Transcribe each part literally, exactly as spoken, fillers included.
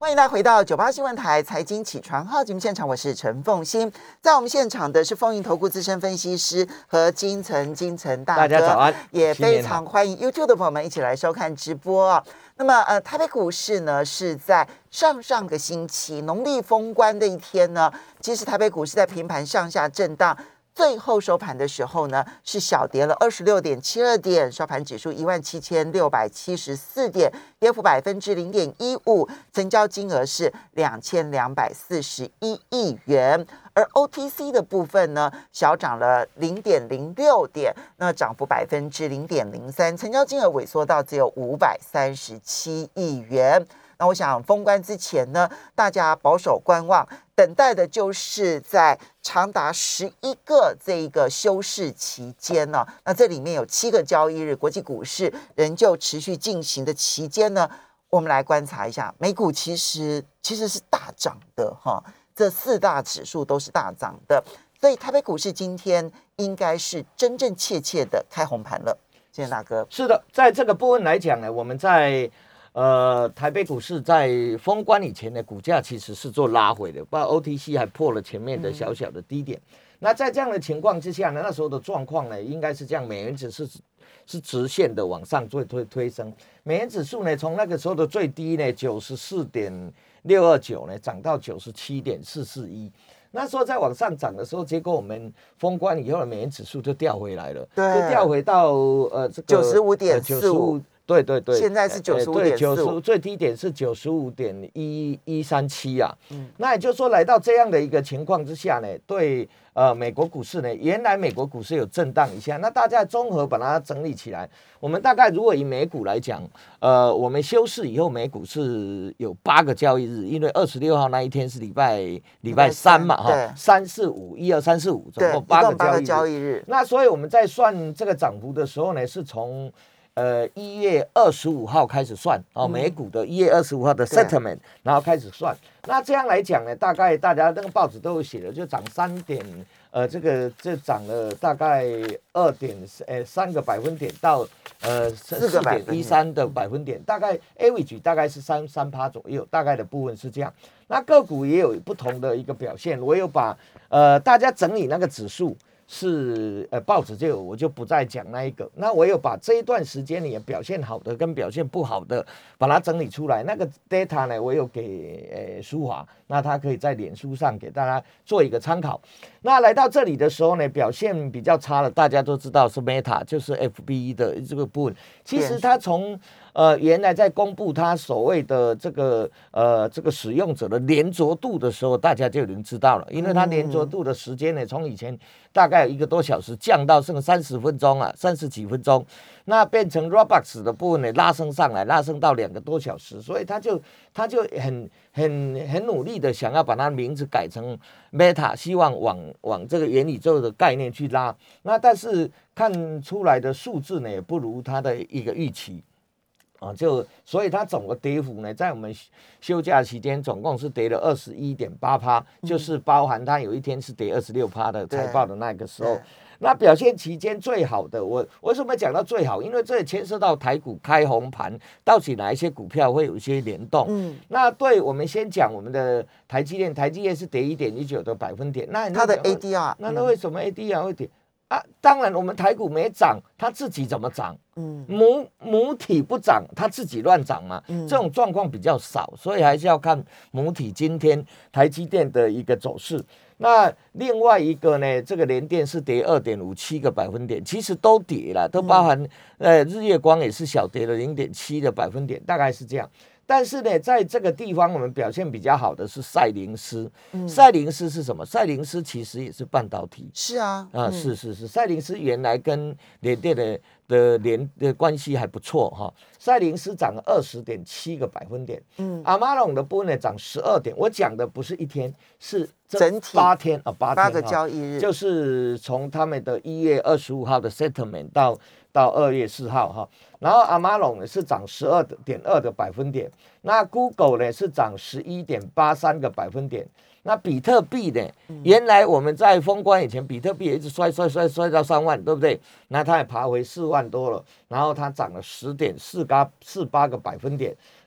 欢迎大家回到九八新闻台财经起床号节目现场，我是陈凤馨。在我们现场的是风云投顾资深分析师和金城金城大哥， 大家早安， 也非常欢迎 YouTube 的朋友们一起来收看直播。那么，呃，台北股市呢是在上上个星期农历封关的一天呢，其实台北股市在平盘上下震荡。最后收盘的时候呢，是小跌了二十六点七二点，收盘指数一万七千六百七十四点，跌幅百分之零点一五，成交金额是两千两百四十一亿元。而 O T C 的部分呢，小涨了零点零六点，那涨幅百分之零点零三，成交金额萎缩到只有五百三十七亿元。那我想封关之前呢，大家保守观望，等待的就是在长达十一个这个休市期间呢，那这里面有七个交易日，国际股市仍旧持续进行的期间呢，我们来观察一下，美股其实其实是大涨的哈，这四大指数都是大涨的，所以台北股市今天应该是真正切切的开红盘了。谢谢大哥。 是的，在这个部分来讲呢，我们在呃，台北股市在封关以前的股价其实是做拉回的，包括 O T C 还破了前面的小小的低点。嗯、那在这样的情况之下呢，那时候的状况呢，应该是这样，美元指数是是直线的往上做推推升，美元指数呢从那个时候的最低呢九十四点六二九呢涨到九十七点四四一。那时候在往上涨的时候，结果我们封关以后的美元指数就掉回来了， 对， 就掉回到呃这个九十五点四五。 对对对， 现在是九十五点四五， 最低点是九十五点一一三七啊。嗯，那也就是说，来到这样的一个情况之下呢，对呃美国股市呢，原来美国股市有震荡一下，那大家综合把它整理起来，我们大概如果以美股来讲，呃，我们休市以后，美股是有八个交易日，因为二十六号那一天是礼拜礼拜三嘛，哈，三四五一二三四五，总共八个交易日。交易日。那所以我们在算这个涨幅的时候呢，是从呃，一月二十五号开始算哦，美股的一月二十五号的 settlement，、嗯、然后开始算。那这样来讲呢，大概大家那个报纸都有写的，就涨三点，呃，这个这涨了大概二点呃三个百分点到呃四点一三的百分点，大概 average 大概是三三趴左右，大概的部分是这样。那个股也有不同的一个表现，我有把呃大家整理那个指数。是呃，报纸就有，我就不再讲那一个。那我有把这一段时间里表现好的跟表现不好的，把它整理出来。那个 data 呢，我有给呃舒华，那他可以在脸书上给大家做一个参考。那来到这里的时候呢，表现比较差的，大家都知道是 Meta， 就是 F B 的这个部分。其实它从呃原来在公布它所谓的这个呃这个使用者的连着度的时候，大家就已经知道了，因为它连着度的时间呢，从以前大概有一个多小时降到剩三十分钟啊，三十几分钟，那变成 Robux 的部分呢拉升上来，拉升到两个多小时，所以他就他就很很很努力的想要把它名字改成 Meta， 希望往往这个元宇宙的概念去拉。那但是看出来的数字呢，也不如他的一个预期。啊，就所以它总的跌幅呢，在我们休假期间总共是跌了二十一点八趴，就是包含它有一天是跌二十六趴的财报的那个时候。那表现期间最好的，我为什么讲到最好？因为这也牵涉到台股开红盘，到底哪一些股票会有一些联动。嗯，那对我们先讲我们的台积电，台积电是跌一点一九的百分点，那它的 A D R， 那那为什么 A D R 会跌？啊，当然我们台股没涨，它自己怎么涨？嗯，母母体不涨，它自己乱涨嘛。嗯，这种状况比较少，所以还是要看母体今天台积电的一个走势。那另外一个呢，这个联电是跌二点五七个百分点，其实都跌了，都包含、嗯、呃日月光也是小跌了零点七的百分点，大概是这样。但是呢，在这个地方我们表现比较好的是赛灵思。嗯、赛灵思是什么？赛灵思其实也是半导体。 是啊， 啊、嗯，是是是，赛灵思原来跟联电的的联的关系还不错哈。赛灵思涨了二十点七个百分点。嗯，阿玛龙的部分呢涨十二点。我讲的不是一天，是整体八天啊，八天八个交易日， 就是从他们的一月二十五号的 settlement 到到二月四号哈。然后阿玛龙呢是涨十二点二个百分点，那 Google 呢是涨十一点八三个百分点。那比特币呢？嗯、原来我们在封关以前，比特币也一直摔摔摔摔到三万，对不对？那它也爬回四万多了，然后它涨了十点四八四八个百分点。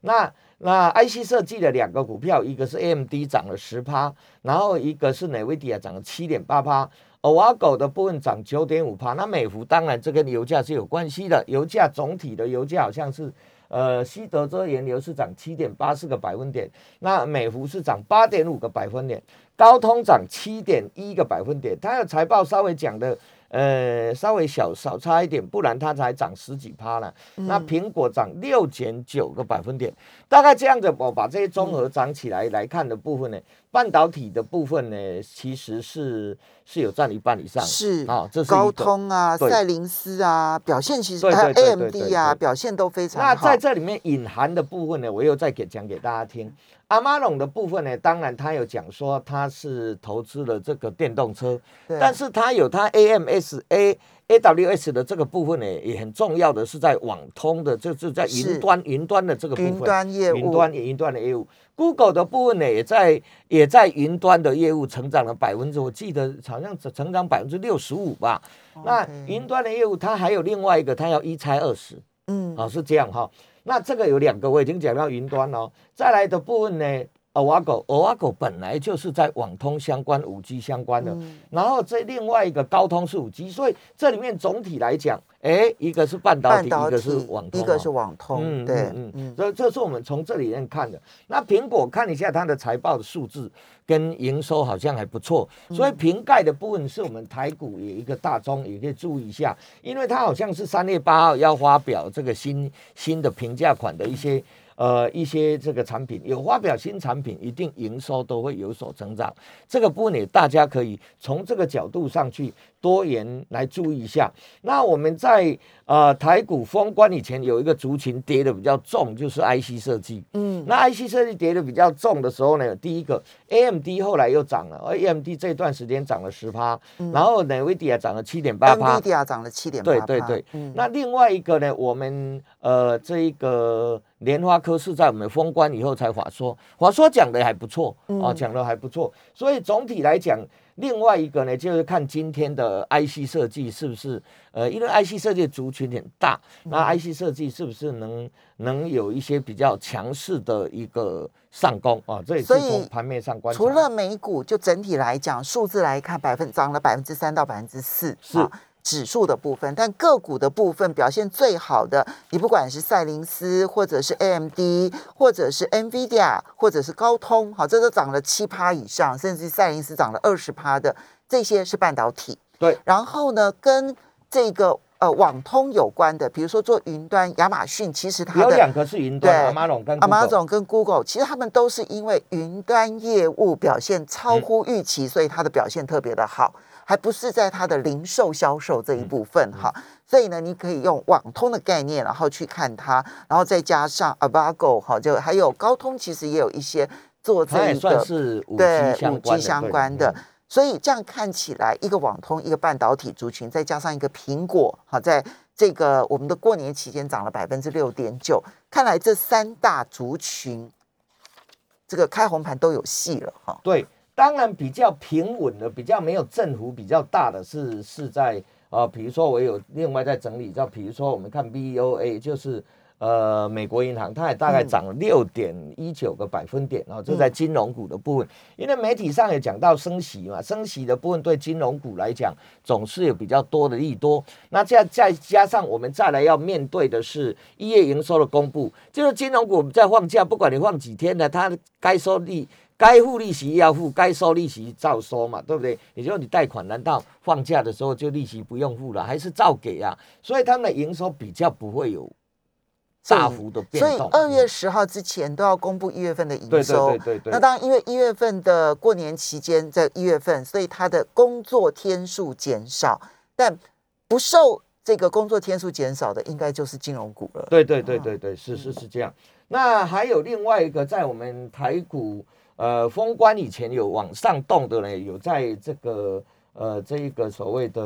那那 I C 设计的两个股票，一个是 A M D 涨了 百分之十， 然后一个是 Nvidia 涨了 百分之七点八。O A G O 的部分涨 百分之九点五， 那美孚当然这跟油价是有关系的，油价总体的油价好像是呃西德州原油是涨 七点八四 个百分点，那美孚是涨 八点五 个百分点，高通涨 七点一 个百分点，它的财报稍微讲的呃，稍微小少差一点，不然它才涨十几趴了。嗯、那苹果涨六点九个百分点，大概这样子，我把这些综合涨起来来看的部分呢，半导体的部分呢，其实是是有占一半以上。 是啊，这是高通啊、赛灵思啊，表现其实还有 A M D 啊，表现都非常好。 那在这里面隐含的部分呢，我又再给讲给大家听。阿玛龙的部分呢，当然他有讲说他是投资了这个电动车，但是他有他 A M S A A W S 的这个部分呢，也很重要的是在网通的，就是在云端云端的这个部分， 云端业务， 云端云端的业务。Google 的部分呢，也在也在云端的业务成长了百分之，我记得好像成长百分之六十五吧。Okay. 那云端的业务，它还有另外一个，它要一拆二十，嗯，好、哦、是这样哈、哦。那这个有两个，我已经讲到云端了、哦。再来的部分呢 ，O A G O，O A G O 本来就是在网通相关、五 G 相关的，嗯、然后这另外一个高通是五 G， 所以这里面总体来讲，哎，一个是半导体，一个是网通、哦， 一个是网通，嗯、对， 嗯嗯，所以这是我们从这里面看的。那苹果看一下它的财报的数字跟营收好像还不错，所以瓶盖的部分是我们台股有一个大宗也可以注意一下，因为它好像是三月八号要发表这个新新的平价款的一些。呃，一些这个产品有发表新产品，一定营收都会有所增长。这个部分也大家可以从这个角度上去多元来注意一下。那我们在呃台股封关以前有一个族群跌的比较重，就是 I C 设计。嗯，那 I C 设计跌的比较重的时候呢，第一个 A M D 后来又涨了 ，A M D 这段时间涨了 百分之十， 嗯、然后 Nvidia 涨了 七点八 ，Nvidia 涨了 七点八， 对对对。嗯、那另外一个呢，我们呃这一个。联发科是在我们封关以后才华说，华说讲的还不错啊，讲的还不错，所以总体来讲，另外一个呢，就是看今天的 I C 设计是不是呃，因为 I C 设计的族群很大，那 I C 设计是不是能能有一些比较强势的一个上攻啊？这也是从盘面上观察。 除了美股，就整体来讲，数字来看，百分涨了百分之三到百分之四， 是。 啊指数的部分，但个股的部分表现最好的，你不管是赛灵思，或者是 A M D， 或者是 Nvidia， 或者是高通，好，这都涨了七趴以上，甚至赛灵思涨了二十趴的，这些是半导体。 对， 然后呢，跟这个呃网通有关的，比如说做云端，亚马逊其实它的有两个是云端，亚马逊跟 Amazon 跟 Google， 其实他们都是因为云端业务表现超乎预期，嗯、所以它的表现特别的好。还不是在它的零售销售这一部分哈、嗯嗯，所以呢，你可以用网通的概念，然后去看它，然后再加上 A V A G O 哈，就还有高通，其实也有一些做这一个对五 G 相关的，所以这样看起来，一个网通，一个半导体族群，再加上一个苹果，好，在这个我们的过年期间涨了百分之六点九，看来这三大族群，这个开红盘都有戏了哈。 对。当然，比较平稳的、比较没有振幅比较大的是是在呃，比如说我有另外在整理，叫比如说我们看 B O A， 就是呃美国银行，它也大概涨了六点一九个百分点，然后这在金融股的部分，因为媒体上也讲到升息嘛，升息的部分对金融股来讲总是有比较多的利多。那再再加上我们再来要面对的是一月营收的公布，就是金融股我们在放假，不管你放几天呢，它该收利。该付利息要付，该收利息照收嘛，对不对？也就是你贷款，难道放假的时候就利息不用付了，还是照给啊？所以他们的营收比较不会有大幅的变动。 所以二月十号之前都要公布一月份的营收。 对对对对对。 那当然，因为一月份的过年期间在一月份，所以它的工作天数减少，但不受这个工作天数减少的，应该就是金融股了。 对对对对对，是是是这样。那还有另外一个，在我们台股。呃，封关以前有往上动的呢，有在这个呃这一个所谓的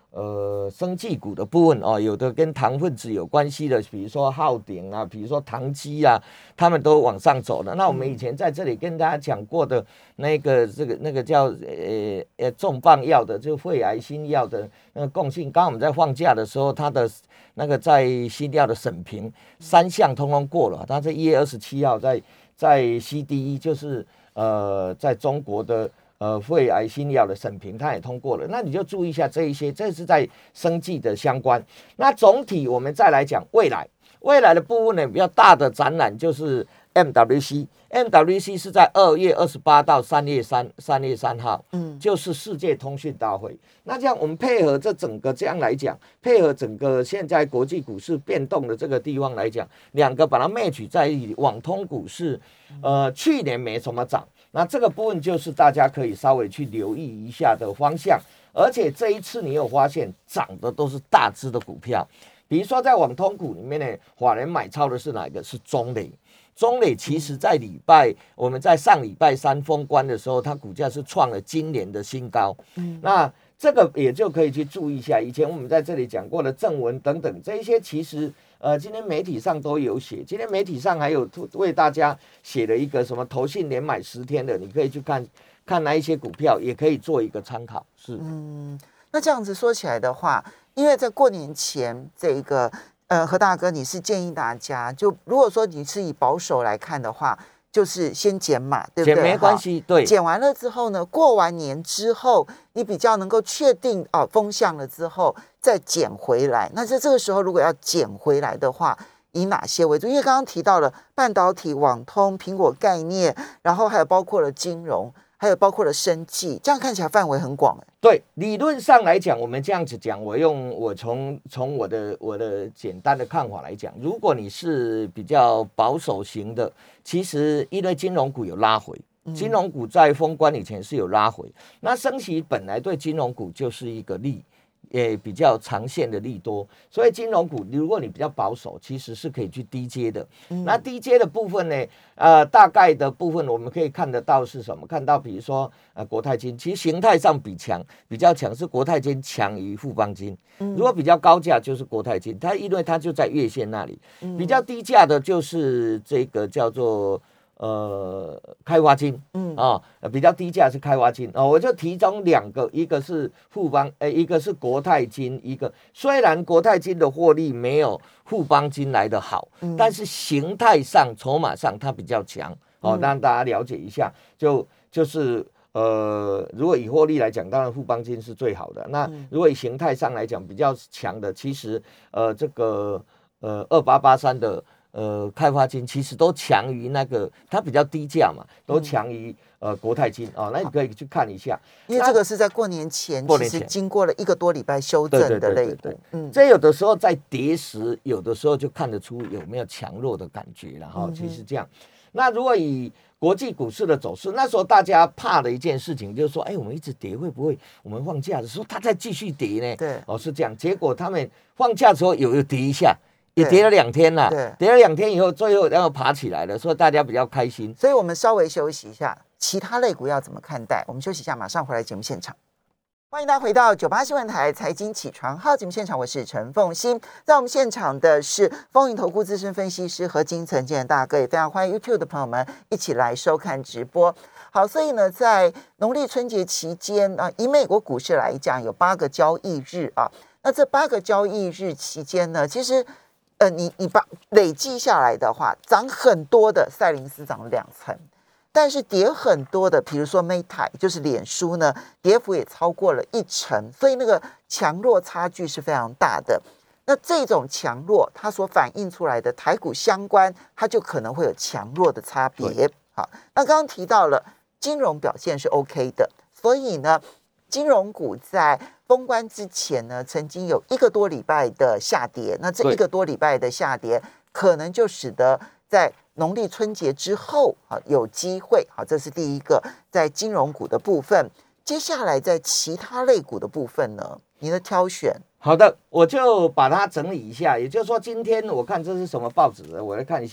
呃，生技股的部分哦，有的跟糖分子有关系的，比如说浩鼎啊，比如说唐基啊，他们都往上走了。那我们以前在这里跟大家讲过的那个这个那个叫呃呃重磅药的，就肺癌新药的那个共性，刚刚我们在放假的时候，它的那个在新药的审评三项通通过了，它是一月二十七号在在 C D E 就是呃在中国的。呃，肺癌新药的审评，它也通过了。那你就注意一下这一些，这是在生技的相关。那总体我们再来讲未来，未来的部分呢，比较大的展览就是 M W C。M W C 是在二月二十八到三月三三月三号，嗯，就是世界通讯大会。那这样我们配合这整个这样来讲，配合整个现在国际股市变动的这个地方来讲，两个把它 match 在一起。网通股市，呃，去年没什么涨。那这个部分就是大家可以稍微去留意一下的方向，而且这一次你有发现涨的都是大只的股票，比如说在网通股里面呢，法人买超的是哪一个？是中磊。中磊其实在礼拜我们在上礼拜三封关的时候，它股价是创了今年的新高。嗯，那这个也就可以去注意一下。以前我们在这里讲过的正文等等这一些，其实。呃，今天媒体上都有写，今天媒体上还有为大家写了一个什么投信连买十天的，你可以去看看那一些股票，也可以做一个参考。是， 嗯，那这样子说起来的话，因为在过年前这一个，呃，何大哥，你是建议大家，就如果说你是以保守来看的话，就是先减码，对不对？ 减没关系，对。 减完了之后呢，过完年之后，你比较能够确定哦风向了之后，再减回来。那在这个时候，如果要减回来的话，以哪些为主？因为刚刚提到了半导体、网通、苹果概念，然后还有包括了金融，还有包括了生技，这样看起来范围很广。 对，理论上来讲，我们这样子讲，我用我从从我的我的简单的看法来讲，如果你是比较保守型的，其实因为金融股有拉回，金融股在封关以前是有拉回，那升息本来对金融股就是一个利。也比较长线的利多，所以金融股如果你比较保守，其实是可以去低阶的。嗯、那低阶的部分呢，呃，大概的部分我们可以看得到是什么？看到比如说呃国泰金，其实形态上比强，比较强是国泰金强于富邦金。嗯、如果比较高价就是国泰金，它因为它就在月线那里。嗯、比较低价的就是这个叫做。呃，开发金，嗯啊、哦，比较低价是开发金哦，我就提供两个，一个是富邦，呃，一个是国泰金，一个虽然国泰金的获利没有富邦金来的好，嗯、但是形态上、筹码上它比较强哦，让大家了解一下，就就是呃，如果以获利来讲，当然富邦金是最好的。那如果以形态上来讲比较强的，其实呃这个呃二八八三的。呃，开发金其实都强于那个，它比较低价嘛，都强于、嗯、呃国泰金哦，那你可以去看一下， 因为这个是在过年前， 过年前其实经过了一个多礼拜修正的类股， 嗯，这有的时候在跌时，有的时候就看得出有没有强弱的感觉了哈、哦，其实这样。那如果以国际股市的走势，那时候大家怕的一件事情就是说，哎，我们一直跌会不会我们放假的时候它再继续跌呢？ 对， 哦是这样，结果他们放假的时候有有跌一下。也跌了两天了，跌了两天以后，最后然后爬起来了，所以大家比较开心。 所以我们稍微休息一下，其他类股要怎么看待？我们休息一下，马上回来节目现场。欢迎大家回到九八新闻台财经起床号节目现场，我是陈凤馨。在我们现场的是风云投顾资深分析师何金城建大哥，也非常欢迎 YouTube 的朋友们一起来收看直播。好，所以呢，在农历春节期间啊，以美国股市来讲，有八个交易日啊。那这八个交易日期间呢，其实呃，你你把累计下来的话，涨很多的赛灵思涨了两成，但是跌很多的，比如说 Meta 就是脸书呢，跌幅也超过了一成，所以那个强弱差距是非常大的。那这种强弱，它所反映出来的台股相关，它就可能会有强弱的差别。好，那刚刚提到了金融表现是 OK 的，所以呢，金融股在封关之前呢，曾经有一个多礼拜的下跌，那这一个多礼拜的下跌，可能就使得在农历春节之后啊有机会，好，这是第一个在金融股的部分。接下来在其他类股的部分呢，你的挑选？ 好的，我就把它整理一下，也就是说，今天我看这是什么报纸的，我来看一下。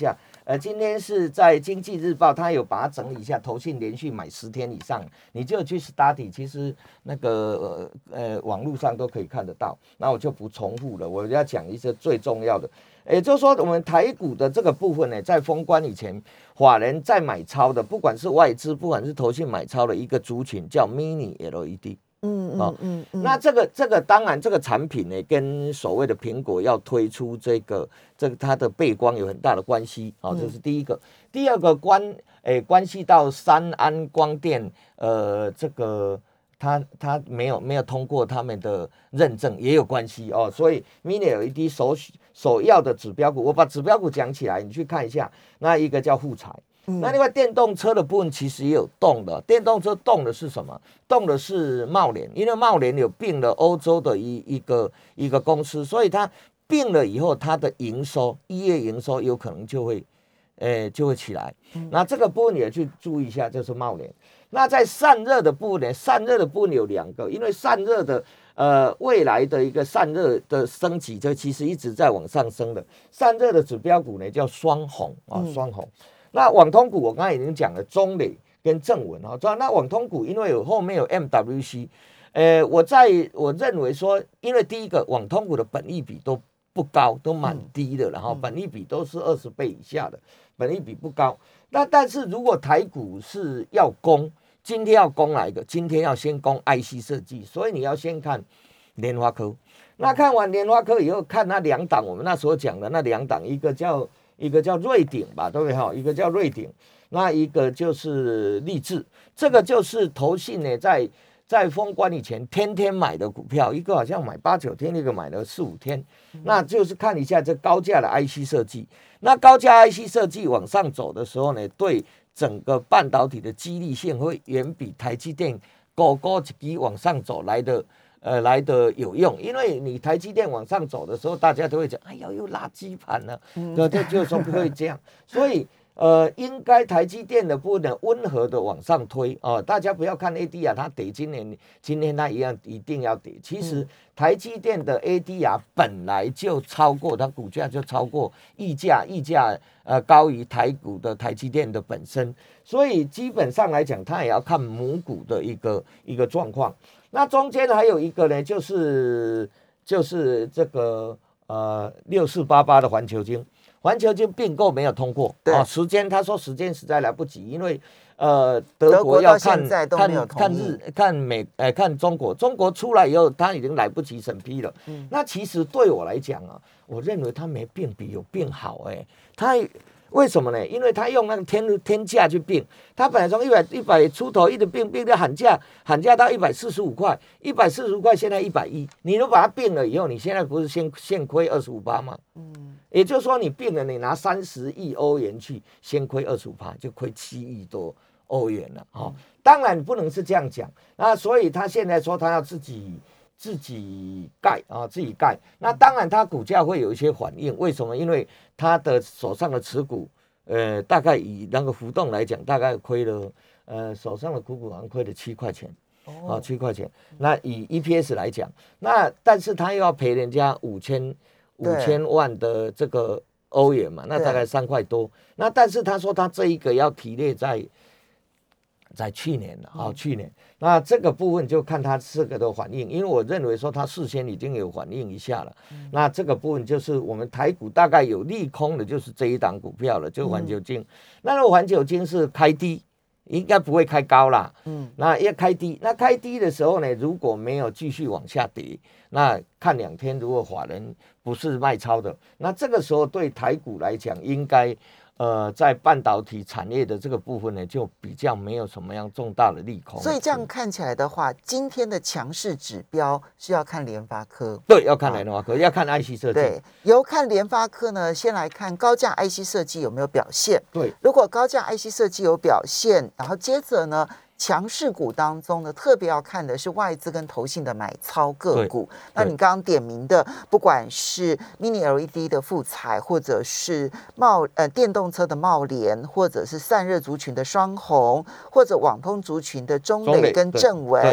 呃，今天是在经济日报，他有把它整理一下，投信连续买十天以上，你就去 study， 其实那个呃呃网络上都可以看得到。那我就不重复了，我要讲一些最重要的。也就是说，我们台股的这个部分呢，在封关以前，法人在买超的，不管是外资，不管是投信买超的一个族群，叫 mini L E D。 嗯嗯嗯嗯， 那这个这个当然这个产品呢，跟所谓的苹果要推出这个这个它的背光有很大的关系啊、哦，这是第一个。第二个关诶关系到三安光电，呃，这个它它没有没有通过他们的认证也有关系哦，所以 Mini L E D 首首要的指标股，我把指标股讲起来，你去看一下，那一个叫富彩。那另外电动车的部分其实也有动的，电动车动的是什么？动的是茂联，因为茂联有并了欧洲的一一个一个公司，所以它并了以后，它的营收一月营收有可能就会，呃就会起来。那这个部分也去注意一下，就是茂联。那在散热的部分呢，散热的部分有两个，因为散热的呃未来的一个散热的升级，就其实一直在往上升的。散热的指标股呢叫双红啊，双红。那网通股我刚才已经讲了，中磊跟正文啊，那网通股因为有后面有 M W C， 呃，我在我认为说，因为第一个网通股的本益比都不高，都蛮低的，然后本益比都是二十倍以下的，本益比不高。那但是如果台股是要攻，今天要攻哪一个？今天要先攻 I C 设计，所以你要先看联发科。那看完联发科以后，看那两档，我们那时候讲的那两档，一个叫。一个叫瑞鼎吧，对不对哈？一个叫瑞鼎，那一个就是立志，这个就是投信呢，在在封关以前天天买的股票，一个好像买八九天，一个买了四五天，那就是看一下这高价的 I C 设计。那高价 I C 设计往上走的时候呢，对整个半导体的激励性会远比台积电高高一级往上走来的。呃，来的有用，因为你台积电往上走的时候，大家都会讲，哎呀，又垃圾盘了，对对，就是说不会这样，所以呃，应该台积电的部分温和的往上推哦，大家不要看 A D R 它跌，今年今天它一样一定要跌，其实台积电的 A D R 本来就超过它股价就超过溢价，溢价呃高于台股的台积电的本身，所以基本上来讲，它也要看母股的一个一个状况。那中间还有一个呢，就是就是这个呃六四八八的环球晶，环球晶并购没有通过啊、哦，时间他说时间实在来不及，因为呃德国要看看看日看美呃看中国，中国出来以后他已经来不及审批了。嗯、那其实对我来讲啊，我认为他没并比有并好哎、欸，他。为什么呢？因为他用那个天天价去并，他本来从一百一百出头一直并并到喊价，喊价到一百四十五块，一百四十五块现在一百一，你都把它并了以后，你现在不是先现亏二十五趴吗？嗯，也就是说你并了，你拿三十亿欧元去，先亏二十五趴，就亏七亿多欧元了。哦，当然不能是这样讲，那所以他现在说他要自己。自己盖啊，自己盖。那当然，它股价会有一些反应。为什么？因为它的手上的持股，呃，大概以那个浮动来讲，大概亏了，呃，手上的股股好像亏了七块钱，哦，七块钱。那以 E P S 来讲，那但是他又要赔人家五千五千万的这个欧元嘛，那大概三块多。那但是他说他这一个要提列在。在去年了啊、哦，去年那这个部分就看它这个的反应，因为我认为说它事先已经有反应一下了。嗯、那这个部分就是我们台股大概有利空的，就是这一档股票了，就环球晶。嗯、那环球晶是开低，应该不会开高啦。嗯，那要开低，那开低的时候呢，如果没有继续往下跌，那看两天如果法人不是卖超的，那这个时候对台股来讲应该。呃，在半导体产业的这个部分呢，就比较没有什么样重大的利空。 所以这样看起来的话，今天的强势指标是要看联发科， 对，要看联发科，啊、要看 I C 设计。 对，由看联发科呢，先来看高价 I C 设计有没有表现。 对， 如果高价 I C 设计有表现，然后接着呢。强势股当中呢，特别要看的是外资跟投信的买超个股。那你刚刚点名的，不管是 Mini L E D 的富彩，或者是茂呃电动车的茂联，或者是散热族群的双红，或者网通族群的中磊跟正文，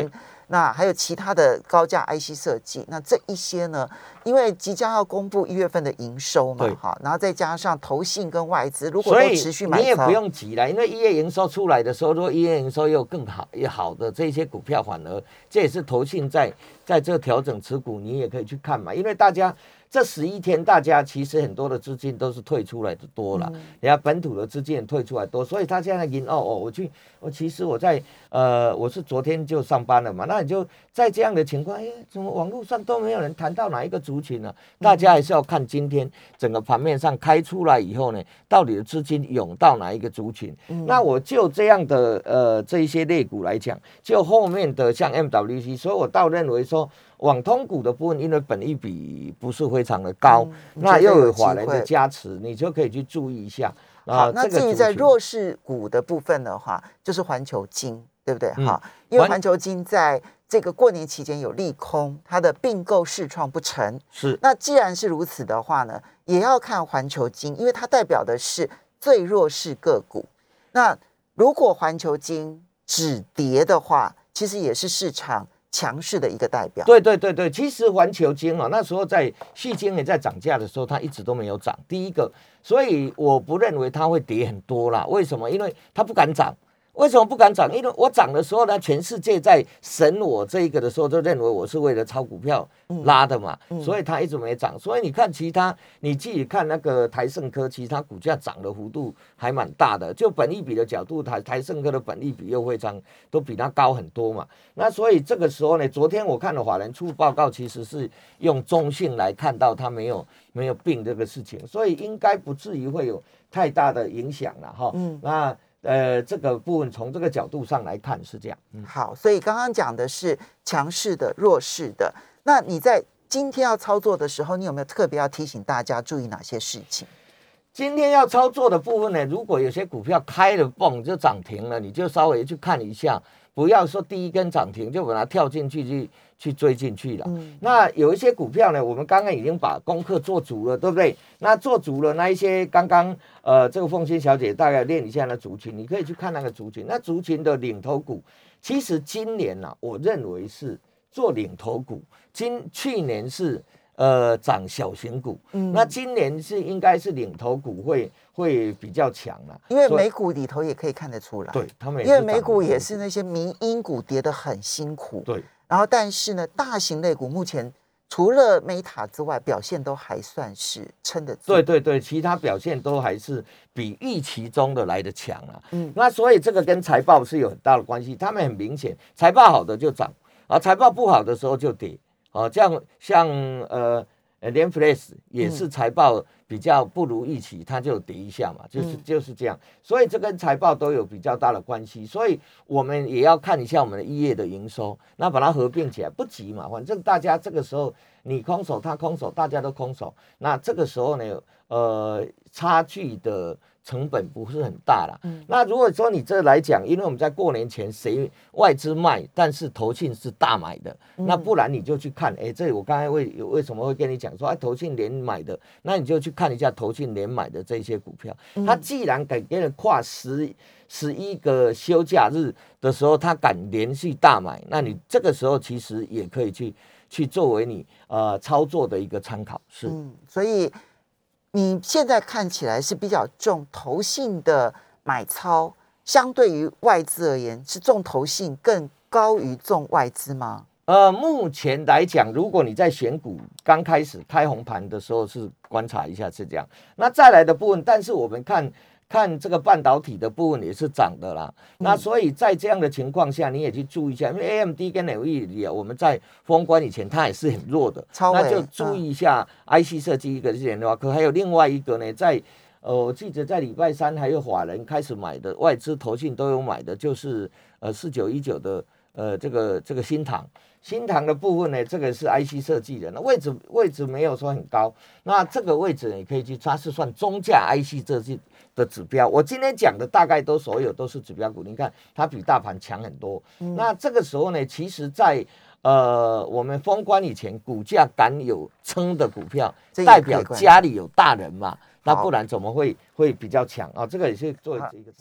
那还有其他的高价 I C 设计，那这一些呢，因为即将要公布一月份的营收嘛，哈，然后再加上投信跟外资，如果都持续买超， 你也不用急了，因为一月营收出来的时候，如果一月营收又更好、也好的这些股票，反而这也是投信在在这调整持股，你也可以去看嘛，因为大家。这十一天，大家其实很多的资金都是退出来的多了，人家本土的资金也退出来多，所以他现在赢哦哦，我去，我其实我在呃，我是昨天就上班了嘛，那你就在这样的情况，哎，怎么网络上都没有人谈到哪一个族群呢、啊？大家还是要看今天整个盘面上开出来以后呢，到底的资金涌到哪一个族群？嗯、那我就这样的呃这一些类股来讲，就后面的像 M W C， 所以我倒认为说。网通股的部分，因为本益比不是非常的高，嗯、那又有法人的加持，你就可以去注意一下。 好，那至于在弱势股的部分的话，就是环球金，对不对？哈、嗯，因为环球金在这个过年期间有利空，它的并购释创不成。 是。 那既然是如此的话呢，也要看环球金，因为它代表的是最弱势个股。那如果环球金止跌的话，其实也是市场强势的一个代表。 对对对对，其实环球金啊，那时候在矽晶也在涨价的时候，它一直都没有涨。第一个，所以我不认为它会跌很多啦。为什么？因为它不敢涨。为什么不敢涨？因为我涨的时候呢，全世界在审我这一个的时候，就认为我是为了炒股票拉的嘛，嗯嗯、所以它一直没涨。所以你看其他，你自己看那个台盛科，其实它股价涨的幅度还蛮大的。就本益比的角度，台台盛科的本益比又非常都比它高很多嘛。那所以这个时候呢，昨天我看了法人出报告，其实是用中性来看到它没有没有病这个事情，所以应该不至于会有太大的影响了哈。嗯，那。呃，这个部分从这个角度上来看是这样。 嗯、好，所以刚刚讲的是强势的、弱势的。那你在今天要操作的时候，你有没有特别要提醒大家注意哪些事情？ 今天要操作的部分呢，如果有些股票开了蹦就涨停了，你就稍微去看一下，不要说第一根涨停就把它跳进去去去追进去了。嗯、那有一些股票呢，我们刚刚已经把功课做足了，对不对？那做足了那一些刚刚呃，这个凤馨小姐大概练一下那族群，你可以去看那个族群。那族群的领头股，其实今年啊，我认为是做领头股，今去年是。呃，涨小型股，嗯，那今年是应该是领头股会会比较强了， 因为美股里头也可以看得出来， 对他们， 因为美股也是那些民营股跌得很辛苦， 对， 然后但是呢，大型类股目前除了 Meta 之外，表现都还算是撑得住， 对对对，其他表现都还是比预期中的来得强啊，嗯，那所以这个跟财报是有很大的关系，他们很明显，财报好的就涨，啊，财报不好的时候就跌。哦，这样像呃，Netflix 也是财报比较不如预期，它就跌一下嘛，就是就是这样，所以这跟财报都有比较大的关系，所以我们也要看一下我们的一月的营收，那把它合并起来，不急嘛，反正大家这个时候你空手，他空手，大家都空手，那这个时候呢，呃，差距的成本不是很大啦。嗯，那如果说你这来讲，因为我们在过年前谁外资卖，但是投信是大买的，嗯、那不然你就去看，哎，这里我刚才为为什么会跟你讲说，哎，投信连买的，那你就去看一下投信连买的这些股票，嗯、它既然敢给人跨十十一个休假日的时候，它敢连续大买，那你这个时候其实也可以去去作为你呃操作的一个参考，是， 嗯，所以。你现在看起来是比较重投信的买超，相对于外资而言，是重投信更高于重外资吗？ 呃，目前来讲，如果你在选股刚开始开红盘的时候，是观察一下是这样。那再来的部分，但是我们看。看这个半导体的部分也是涨的啦，嗯、那所以在这样的情况下，你也去注意一下，因为 A M D 跟 N V I D I A 我们在封关以前它也是很弱的，那就注意一下 I C 设计，一个是联发科，还有另外一个呢，在呃我记得在礼拜三还有法人开始买的，外资投信都有买的，就是呃四九一九的呃这个这个新唐。新唐的部分呢，这个是 I C 设计的，那位置位置没有说很高，那这个位置你可以去，它是算中价 I C 设计的指标。我今天讲的大概都所有都是指标股，你看它比大盘强很多。嗯、那这个时候呢，其实在呃我们封关以前，股价敢有撑的股票，代表家里有大人嘛，那不然怎么会会比较强啊？这个也是做一个。